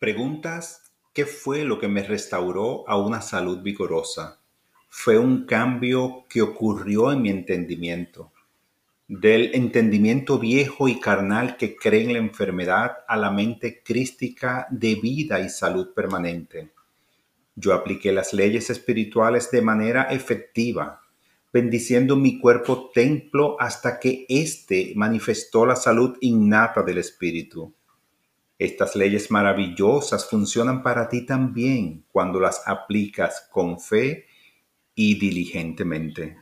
Preguntas: ¿qué fue lo que me restauró a una salud vigorosa? Fue un cambio que ocurrió en mi entendimiento, del entendimiento viejo y carnal que cree en la enfermedad a la mente crística de vida y salud permanente. Yo apliqué las leyes espirituales de manera efectiva, bendiciendo mi cuerpo templo hasta que éste manifestó la salud innata del espíritu. Estas leyes maravillosas funcionan para ti también cuando las aplicas con fe y diligentemente.